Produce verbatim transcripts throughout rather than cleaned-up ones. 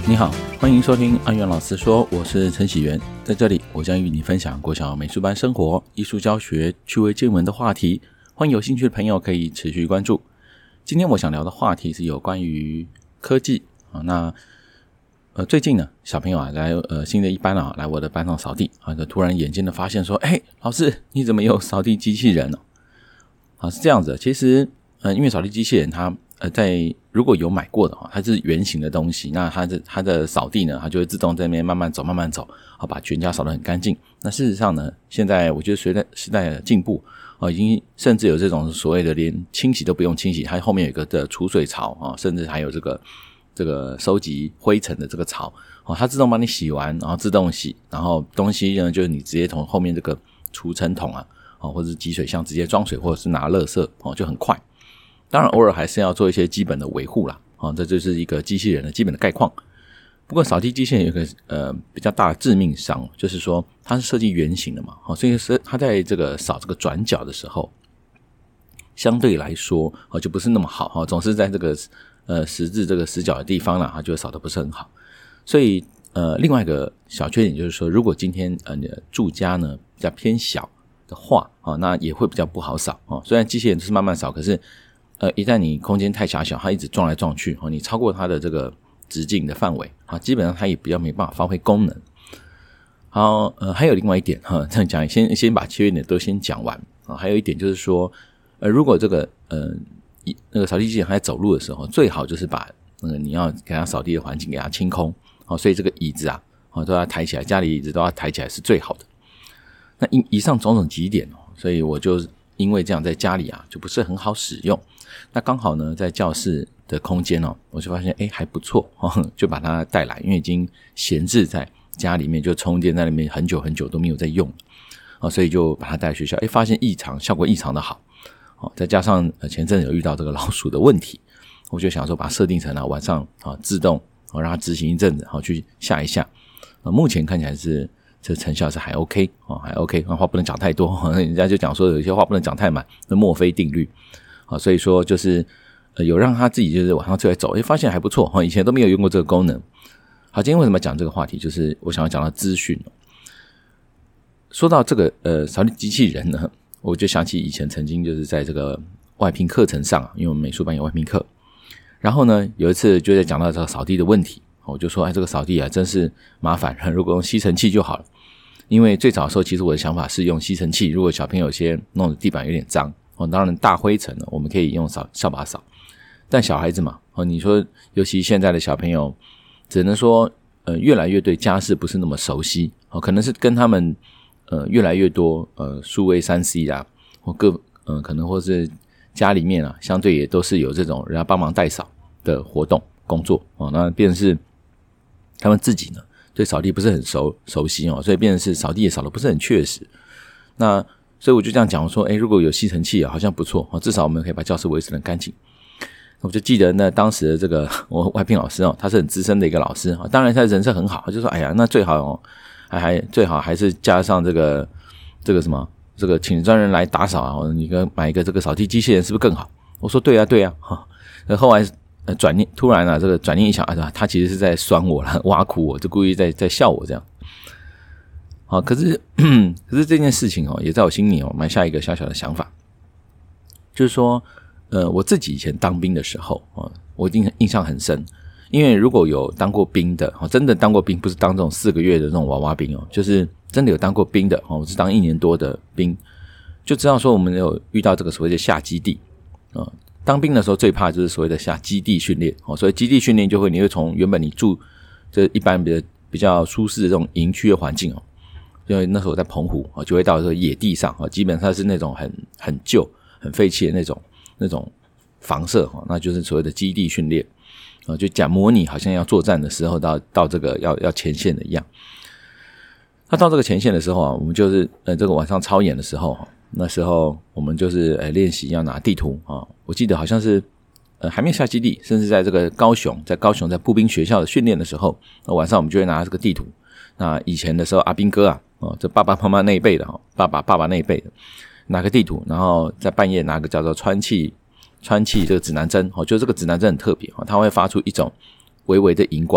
你好，欢迎收听阿元老师说，我是陈喜元，在这里我将与你分享国小美术班生活、艺术教学、趣味见闻的话题，欢迎有兴趣的朋友可以持续关注。今天我想聊的话题是有关于科技啊，那呃最近呢，小朋友啊来呃新的一班啊来我的班上扫地啊，就突然眼尖的发现说，哎，老师你怎么有扫地机器人呢？啊，是这样子的，其实呃因为扫地机器人它呃在如果有买过的话，它是圆形的东西，那它的它的扫地呢，它就会自动在那边慢慢走慢慢走，好把全家扫得很干净。那事实上呢，现在我觉得随着时代的进步啊，已经甚至有这种所谓的连清洗都不用清洗，它后面有一个的除水槽啊，甚至还有这个这个收集灰尘的这个槽啊，它自动帮你洗完，然后自动洗，然后东西呢就是你直接从后面这个除尘桶啊，或者是集水箱直接装水，或者是拿垃圾哦，就很快。当然偶尔还是要做一些基本的维护啦，哦，这就是一个机器人的基本的概况。不过扫地机器人有一个呃比较大的致命伤，就是说它是设计圆形的嘛，哦，所以是它在这个扫这个转角的时候，相对来说哦就不是那么好，哦，总是在这个呃十字这个死角的地方啦，它就扫得不是很好。所以呃另外一个小缺点就是说，如果今天呃你的住家呢比较偏小的话，哦，那也会比较不好扫哦。虽然机器人是慢慢扫，可是呃，一旦你空间太狭小，它一直撞来撞去，你超过它的这个直径的范围，基本上它也比较没办法发挥功能。好，呃，还有另外一点哈，这样讲，先先把缺点都先讲完啊。还有一点就是说，呃，如果这个呃那个扫地机器人还在走路的时候，最好就是把那个你要给它扫地的环境给它清空，好，所以这个椅子啊，都要抬起来，家里椅子都要抬起来是最好的。那以上种种几点哦，所以我就因为这样在家里啊就不是很好使用。那刚好呢，在教室的空间哦，我就发现哎还不错哦，就把它带来，因为已经闲置在家里面，就充电在那边很久很久都没有在用哦，所以就把它带来学校，哎，发现异常，效果异常的好哦。再加上前阵子有遇到这个老鼠的问题，我就想说把它设定成了晚上啊自动哦让它执行一阵子，好去下一下。呃，目前看起来是这成效是还 OK 哦，还 OK， 话不能讲太多，人家就讲说有一些话不能讲太满，那墨菲定律。好，所以说就是呃有让他自己就是晚上出来走，诶发现还不错，以前都没有用过这个功能。好，今天为什么讲这个话题，就是我想要讲到资讯。说到这个呃扫地机器人呢，我就想起以前曾经就是在这个外聘课程上，因为我们美术班有外聘课，然后呢有一次就在讲到这个扫地的问题，我就说哎这个扫地啊真是麻烦，如果用吸尘器就好了。因为最早的时候其实我的想法是用吸尘器，如果小朋友有些弄得地板有点脏哦，当然大灰尘我们可以用扫扫把扫，但小孩子嘛，哦，你说尤其现在的小朋友，只能说呃越来越对家事不是那么熟悉哦，可能是跟他们呃越来越多呃数位 三 C 啦，或各呃可能或是家里面啊，相对也都是有这种人家帮忙代扫的活动工作哦，那变成是他们自己呢对扫地不是很熟熟悉哦，所以变成是扫地也扫得不是很确实。那所以我就这样讲说，诶如果有吸尘器啊，好像不错，至少我们可以把教室维持得很干净。我就记得那当时的这个我外聘老师哦，他是很资深的一个老师，当然他人是很好，他就说哎呀那最好哦，还还最好还是加上这个这个什么这个请专人来打扫啊，你跟买一个这个扫地机器人是不是更好？我说对啊对啊，那后来呃转念突然啊这个转念一想，啊他其实是在酸我啦，挖苦我，就故意在在笑我这样。好，可是可是这件事情哦，也在我心里哦埋下一个小小的想法，就是说，呃，我自己以前当兵的时候哦，我一定印象很深，因为如果有当过兵的哦，真的当过兵，不是当这种四个月的那种娃娃兵哦，就是真的有当过兵的哦，我是当一年多的兵，就知道说我们有遇到这个所谓的下基地啊、哦。当兵的时候最怕就是所谓的下基地训练哦，所以基地训练就会你会从原本你住这一般比较比较舒适的这种营区的环境哦。因为那时候我在澎湖就会到这个野地上，基本上是那种很很旧很废弃的那种那种房舍，那就是所谓的基地训练，就讲模拟好像要作战的时候到到这个要要前线的一样。那到这个前线的时候啊，我们就是呃这个晚上操演的时候，那时候我们就是呃练习要拿地图啊，我记得好像是呃还没有下基地，甚至在这个高雄在高雄在步兵学校的训练的时候，那晚上我们就会拿这个地图。那以前的时候阿兵哥啊哦，这爸爸妈妈那一辈的，爸爸爸爸那一辈的，拿个地图，然后在半夜拿个叫做穿气穿气这个指南针，就这个指南针很特别，它会发出一种微微的荧光，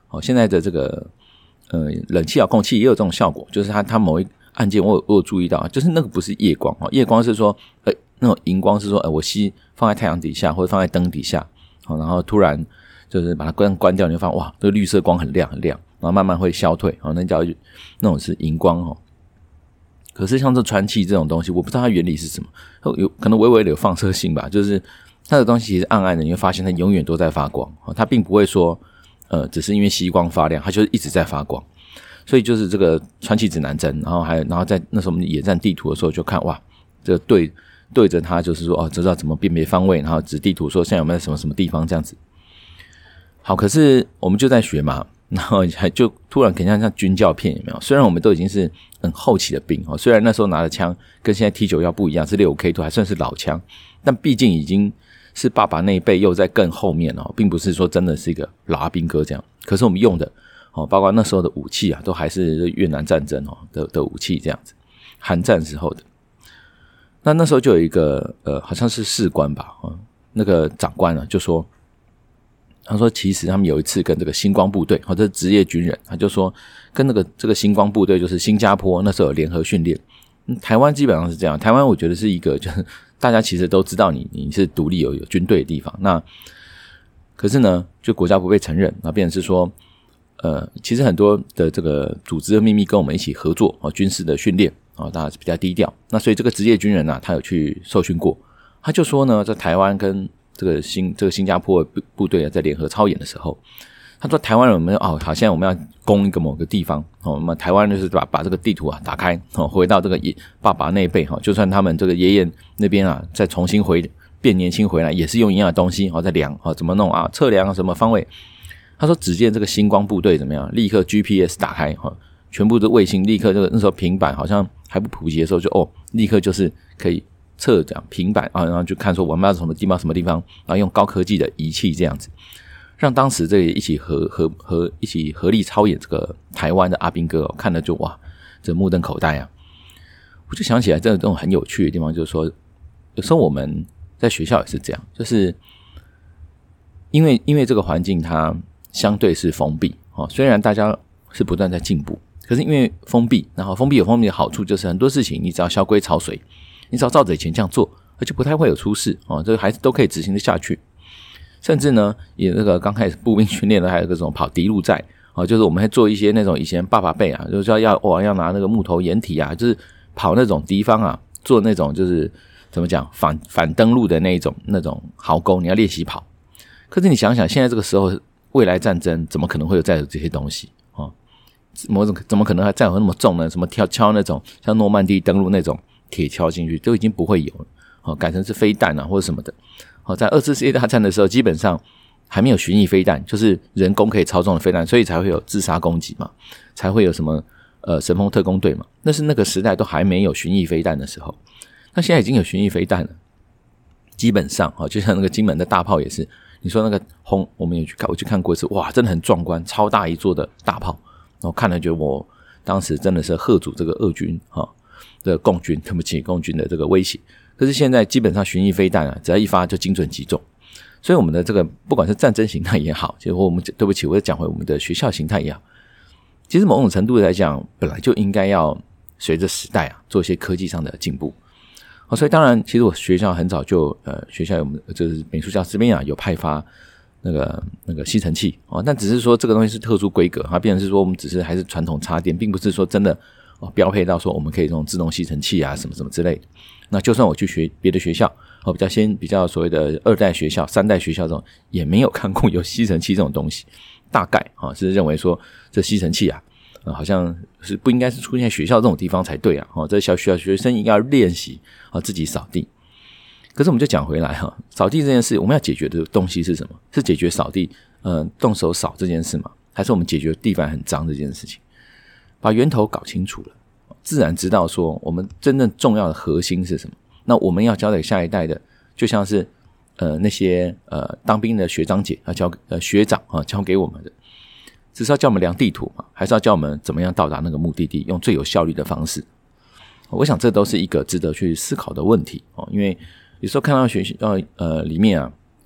哦，现在的这个呃冷气遥控器也有这种效果，就是它它某一按键我有我有注意到，就是那个不是夜光哦，夜光是说呃那种荧光是说呃我吸放在太阳底下或者放在灯底下，哦，然后突然就是把它关关掉，你就发现哇这个绿色光很亮很亮，然后慢慢会消退，哦，那叫那种是荧光哦。可是像这穿气这种东西，我不知道它原理是什么，有可能微微的有放射性吧，就是它的东西其实暗暗的，你会发现它永远都在发光，它并不会说呃只是因为吸光发亮，它就是一直在发光。所以就是这个穿气指南针，然后还然后在那时候我们野战地图的时候就看哇，这个对对着它就是说哦知道怎么辨别方位，然后指地图说现在有没有什么什么地方这样子。好，可是我们就在学嘛，然后还就突然很像像军教片有没有？虽然我们都已经是很后期的兵哦，虽然那时候拿的枪跟现在 T 九十一 不一样，是 六五 K 二 还算是老枪，但毕竟已经是爸爸那一辈又在更后面哦，并不是说真的是一个老阿兵哥这样。可是我们用的哦，包括那时候的武器啊，都还是越南战争哦 的, 的武器这样子，韩战时候的。那那时候就有一个呃，好像是士官吧，哦，那个长官啊就说。他说其实他们有一次跟这个星光部队，哦，这是职业军人，他就说跟那个这个星光部队就是新加坡那时候有联合训练，嗯，台湾基本上是这样，台湾我觉得是一个就是大家其实都知道你你是独立有有军队的地方，那可是呢就国家不被承认，那变成是说呃其实很多的这个组织的秘密跟我们一起合作，哦，军事的训练，哦，大家比较低调，那所以这个职业军人啊他有去受训过，他就说呢在台湾跟这个新这个新加坡的部队在联合操演的时候，他说台湾人我们哦，好，现在我们要攻一个某个地方哦，那么台湾就是把把这个地图啊打开哦，回到这个爷爸爸那一辈哈，就算他们这个爷爷那边啊再重新回变年轻回来，也是用一样的东西哦，在量哦怎么弄啊，测量什么方位。他说只见这个星光部队怎么样，立刻 G P S 打开哈，全部的卫星立刻这个那时候平板好像还不普及的时候就哦，立刻就是可以。测这样平板啊，然后就看说我们要什么地方什么地方，然后用高科技的仪器这样子，让当时这个一起合合合一起合力操演这个台湾的阿兵哥，哦，看了就哇，这目瞪口呆啊！我就想起来，这种很有趣的地方，就是说，有时候我们在学校也是这样，就是因为因为这个环境它相对是封闭哦，虽然大家是不断在进步，可是因为封闭，然后封闭有封闭的好处，就是很多事情你只要萧规曹随。你只要照着以前这样做，而且不太会有出事哦，这个还是都可以执行得下去。甚至呢，也那个刚开始步兵训练的，还有这种跑敌路战哦，就是我们会做一些那种以前爸爸辈啊，就是要要哇要拿那个木头掩体啊，就是跑那种敌方啊，做那种就是怎么讲反反登陆的那一种那种壕沟，你要练习跑。可是你想想，现在这个时候未来战争怎么可能会有再有这些东西哦？某种怎么可能还再有那么重呢？什么跳敲那种像诺曼底登陆那种。铁锹进去都已经不会有了，哦，改成是飞弹啊或者什么的。哦，在二次世界大战的时候，基本上还没有巡弋飞弹，就是人工可以操纵的飞弹，所以才会有自杀攻击嘛，才会有什么呃神风特攻队嘛。那是那个时代都还没有巡弋飞弹的时候，那现在已经有巡弋飞弹了。基本上，哦，就像那个金门的大炮也是，你说那个轰，我们也去看，我去看过一次，哇，真的很壮观，超大一座的大炮，然后看了觉得我当时真的是吓阻这个俄军哈。哦的共军，对不起，共军的这个威胁。可是现在基本上巡弋飞弹啊，只要一发就精准击中。所以我们的这个不管是战争形态也好，结果我们对不起，我再讲回我们的学校形态也好，其实某种程度来讲，本来就应该要随着时代啊做一些科技上的进步。哦，所以当然，其实我学校很早就呃，学校有就是美术教这边啊有派发那个那个吸尘器哦，但只是说这个东西是特殊规格，它变成是说我们只是还是传统插电，并不是说真的。哦，标配到说我们可以用自动吸尘器啊什么什么之类的。那就算我去学别的学校哦，比较先比较所谓的二代学校三代学校这种也没有看过有吸尘器这种东西，大概啊是认为说这吸尘器啊、呃、好像是不应该是出现在学校这种地方才对啊，哦，这小学学生应该要练习啊自己扫地。可是我们就讲回来哈，扫地这件事我们要解决的东西是什么？是解决扫地呃动手扫这件事吗？还是我们解决地板很脏这件事情？把源头搞清楚了，自然知道说我们真正重要的核心是什么。那我们要交给下一代的，就像是呃那些呃当兵的学长姐啊教呃学长啊教给我们的，只是要教我们量地图嘛，还是要教我们怎么样到达那个目的地，用最有效率的方式。我想这都是一个值得去思考的问题哦，因为有时候看到学校呃里面啊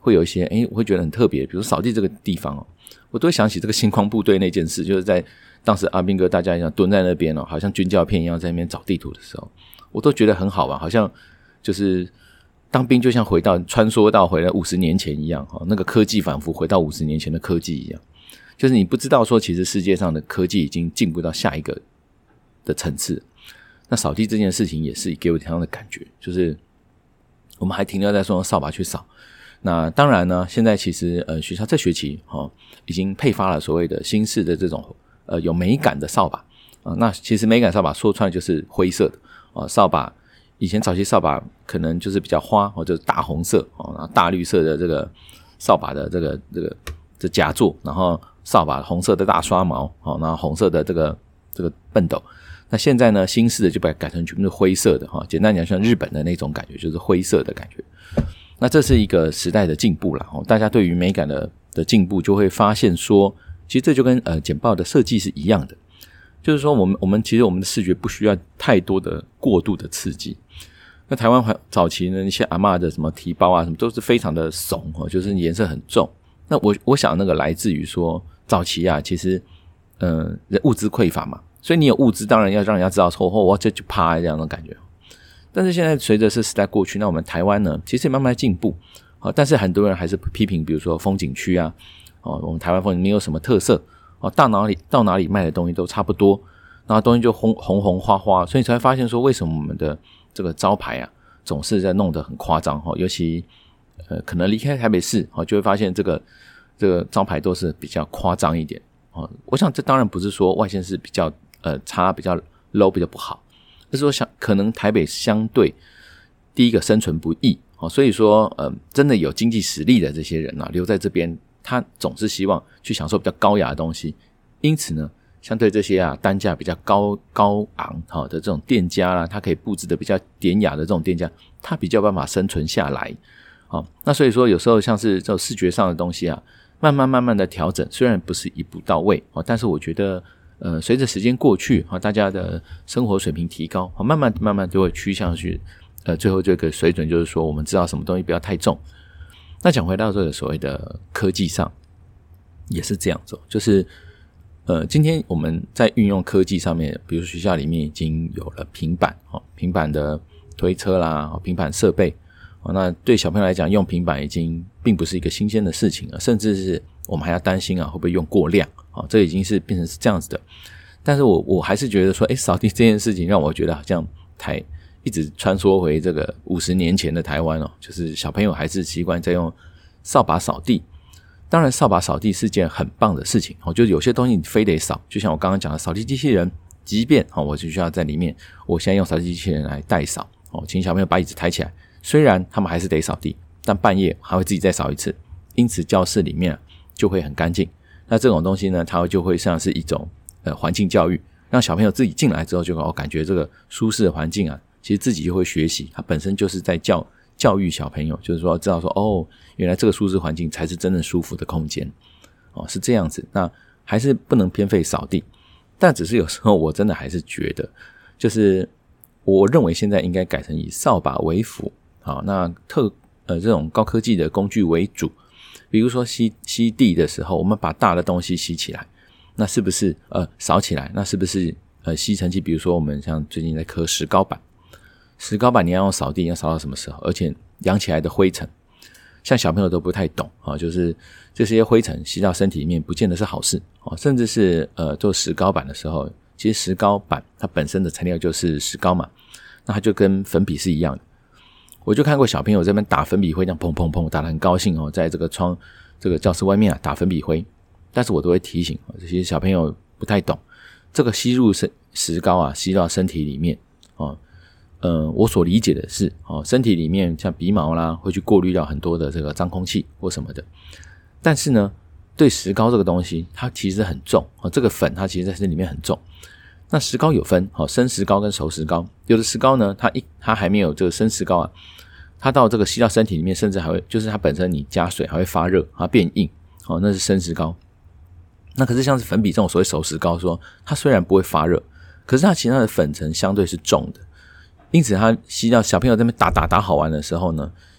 会有一些诶我会觉得很特别，比如扫地这个地方哦，我都会想起这个星光部队那件事，就是在当时阿兵哥大家一样蹲在那边哦，好像军教片一样在那边找地图的时候，我都觉得很好玩，好像就是当兵就像回到穿梭到回来五十年前一样，那个科技仿佛回到五十年前的科技一样，就是你不知道说其实世界上的科技已经进步到下一个的层次。那扫地这件事情也是给我这样的感觉，就是我们还停留在说用扫把去扫。那当然呢，现在其实呃学校这学期哦已经配发了所谓的新式的这种呃有美感的扫把啊、呃。那其实美感扫把说穿就是灰色的啊、呃，扫把以前早期扫把可能就是比较花或者、就是、大红色哦，然后大绿色的这个扫把的这个这个这夹座，然后扫把红色的大刷毛哦，然后红色的这个这个畚斗。那现在呢，新式的就把它改成全部是灰色的哈，简单讲像日本的那种感觉，就是灰色的感觉。那这是一个时代的进步啦，大家对于美感的的进步，就会发现说，其实这就跟呃简报的设计是一样的，就是说我们我们其实我们的视觉不需要太多的过度的刺激。那台湾早期呢，一些阿嬷的什么提包啊，什么都是非常的怂哦，就是颜色很重。那我我想那个来自于说早期啊，其实呃物资匮乏嘛。所以你有物资，当然要让人家知道说，哦，我这就怕这样的感觉。但是现在随着是时代过去，那我们台湾呢，其实也慢慢进步。哦，但是很多人还是批评，比如说风景区啊，哦，我们台湾风景没有什么特色，哦，到哪里到哪里卖的东西都差不多，然后东西就红红红花花，所以才会发现说，为什么我们的这个招牌啊，总是在弄得很夸张哈，尤其呃，可能离开台北市，哦，就会发现这个这个招牌都是比较夸张一点。哦，我想这当然不是说外县市比较。呃，差比较 low 比较不好，而是说想可能台北相对第一个生存不易、哦、所以说呃，真的有经济实力的这些人啊，留在这边，他总是希望去享受比较高雅的东西，因此呢，相对这些啊单价比较高高昂、哦、的这种店家啦，他可以布置的比较典雅的这种店家，他比较有办法生存下来、哦、那所以说有时候像是这种视觉上的东西啊，慢慢慢慢的调整，虽然不是一步到位、哦、但是我觉得呃，随着时间过去，大家的生活水平提高，慢慢慢慢就会趋向去，呃，最后这个水准就是说，我们知道什么东西不要太重。那讲回到这个所谓的科技上，也是这样子，就是呃，今天我们在运用科技上面，比如学校里面已经有了平板，平板的推车啦，平板设备，那对小朋友来讲，用平板已经并不是一个新鲜的事情了，甚至是我们还要担心啊，会不会用过量。哦，这已经是变成是这样子的，但是我我还是觉得说，诶，扫地这件事情让我觉得好像台一直穿梭回这个五十年前的台湾哦，就是小朋友还是习惯在用扫把扫地。当然，扫把扫地是件很棒的事情哦，就是有些东西你非得扫，就像我刚刚讲的扫地机器人，即便哦，我就需要在里面，我现在用扫地机器人来代扫哦，请小朋友把椅子抬起来，虽然他们还是得扫地，但半夜还会自己再扫一次，因此教室里面就会很干净。那这种东西呢，它就会像是一种呃环境教育，让小朋友自己进来之后就哦感觉这个舒适的环境啊，其实自己就会学习，它本身就是在教教育小朋友，就是说知道说哦，原来这个舒适环境才是真正舒服的空间哦，是这样子。那还是不能偏废扫地，但只是有时候我真的还是觉得，就是我认为现在应该改成以扫把为辅，好，那特呃这种高科技的工具为主。比如说吸吸地的时候，我们把大的东西吸起来，那是不是呃扫起来？那是不是呃吸尘器？比如说我们像最近在刻石膏板，石膏板你要用扫地，要扫到什么时候？而且扬起来的灰尘，像小朋友都不太懂啊，就是这些灰尘吸到身体里面，不见得是好事啊。甚至是呃做石膏板的时候，其实石膏板它本身的材料就是石膏嘛，那它就跟粉笔是一样的。我就看过小朋友在那边打粉笔灰，这样砰砰砰打得很高兴哦，在这个窗这个教室外面啊打粉笔灰，但是我都会提醒这些小朋友不太懂，这个吸入石膏啊吸到身体里面哦，呃，我所理解的是哦，身体里面像鼻毛啦会去过滤掉很多的这个脏空气或什么的，但是呢，对石膏这个东西它其实很重哦，这个粉它其实在身体里面很重。那石膏有分哦，生石膏跟熟石膏，有的石膏呢，它一它还没有这个生石膏啊，它到这个吸到身体里面，甚至还会就是它本身你加水还会发热，它变硬哦，那是生石膏。那可是像是粉笔这种所谓熟石膏说，它虽然不会发热，可是它其他的粉层相对是重的，因此它吸到小朋友在那边打打打好玩的时候呢，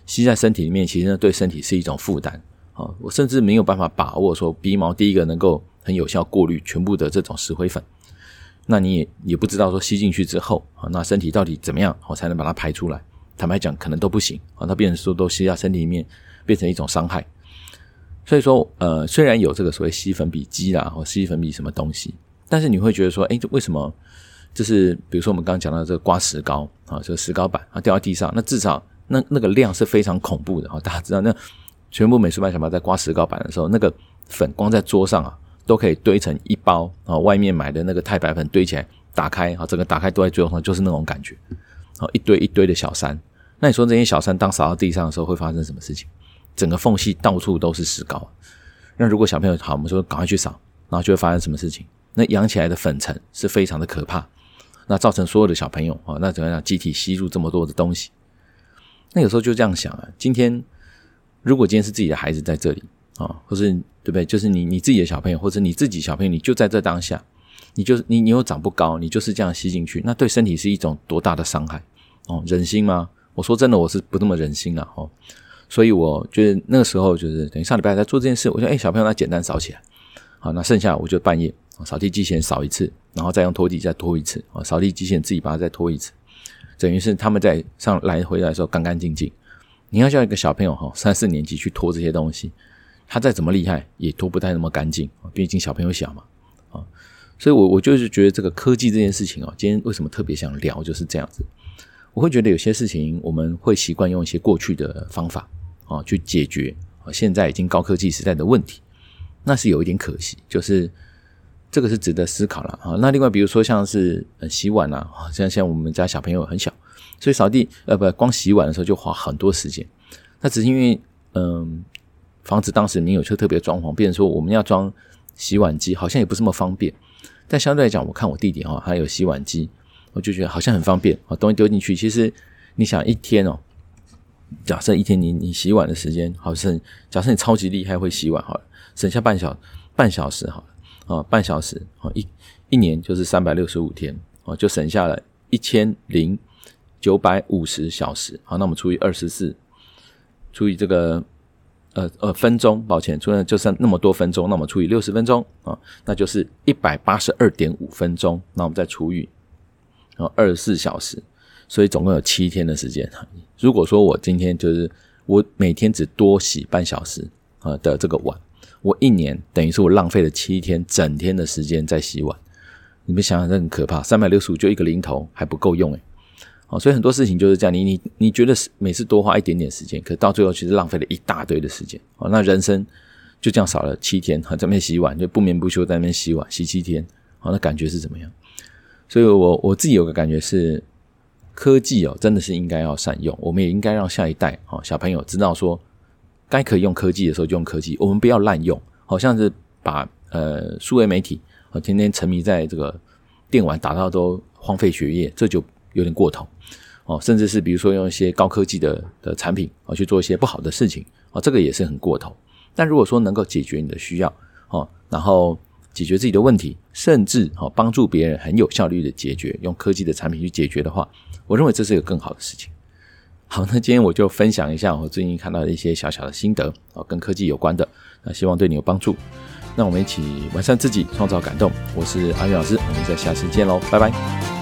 吸在身体里面，其实呢对身体是一种负担。哦，我甚至没有办法把握说鼻毛第一个能够很有效过滤全部的这种石灰粉，那你也也不知道说吸进去之后，那身体到底怎么样才能把它排出来。坦白讲可能都不行，它变成说都吸在身体里面变成一种伤害。所以说呃，虽然有这个所谓吸粉笔机啦或吸粉笔什么东西，但是你会觉得说诶，为什么就是比如说我们刚刚讲到这个刮石膏啊，这个石膏板啊掉在地上，那至少那那个量是非常恐怖的。大家知道那全部美术班小朋友在刮石膏板的时候，那个粉光在桌上啊都可以堆成一包啊，外面买的那个太白粉堆起来打开啊，整个打开都在桌上，就是那种感觉啊，一堆一堆的小山。那你说这些小山当扫到地上的时候会发生什么事情？整个缝隙到处都是石膏。那如果小朋友好，我们说赶快去扫，然后就会发生什么事情？那扬起来的粉尘是非常的可怕，那造成所有的小朋友啊，那怎么样集体吸入这么多的东西？那有时候就这样想啊，今天如果今天是自己的孩子在这里啊，或是对不对？就是你你自己的小朋友，或者你自己小朋友，你就在这当下，你就你你又长不高，你就是这样吸进去，那对身体是一种多大的伤害哦？忍心吗？我说真的，我是不那么忍心啊哦。所以我觉得那个时候就是等于上礼拜在做这件事，我说哎，小朋友那简单扫起来，好，那剩下我就半夜扫地机器人扫一次，然后再用拖地再拖一次，扫地机器人自己把它再拖一次，等于是他们在上来回来的时候干干净净。你要叫一个小朋友三四年级去拖这些东西，他再怎么厉害也拖不太那么干净，毕竟小朋友小嘛。所以我我就是觉得这个科技这件事情今天为什么特别想聊就是这样子。我会觉得有些事情我们会习惯用一些过去的方法去解决现在已经高科技时代的问题，那是有一点可惜，就是这个是值得思考啦。那另外比如说像是洗碗啊，像像我们家小朋友很小，所以扫地呃不光洗碗的时候就花很多时间。那只是因为嗯房子当时没有就特别装潢，变成说我们要装洗碗机好像也不是那么方便。但相对来讲，我看我弟弟齁他有洗碗机，我就觉得好像很方便，东西丢进去。其实你想一天哦，假设一天你你洗碗的时间好像，假设你超级厉害会洗碗好了，省下半小半小时好了，半小时一一年就是三百六十五天，就省下了一千零九百五十小时。好，那我们除以二十四，除以这个呃呃分钟，抱歉，除了就剩那么多分钟，那我们除以六十分钟啊，那就是一百八十二点五分钟。那我们再除以二十四小时，所以总共有七天的时间。如果说我今天就是我每天只多洗半小时的这个碗，我一年等于是我浪费了七天整天的时间在洗碗。你们想想这很可怕，三百六十五就一个零头还不够用诶。好，所以很多事情就是这样，你你你觉得每次多花一点点时间，可到最后其实浪费了一大堆的时间。好，那人生就这样少了七天，在那边洗碗，就不眠不休在那边洗碗，洗七天。好，那感觉是怎么样？所以我我自己有个感觉是，科技哦真的是应该要善用，我们也应该让下一代哦小朋友知道说，该可以用科技的时候就用科技，我们不要滥用，好像是把呃数位媒体哦天天沉迷在这个电玩打到都荒废学业，这就有点过头哦，甚至是比如说用一些高科技的的产品哦去做一些不好的事情哦，这个也是很过头。但如果说能够解决你的需要哦，然后解决自己的问题，甚至哦帮助别人很有效率的解决，用科技的产品去解决的话，我认为这是一个更好的事情。好，那今天我就分享一下我最近看到的一些小小的心得哦，跟科技有关的，那希望对你有帮助。那我们一起完善自己，创造感动。我是阿元老师，我们在下次见咯，拜拜。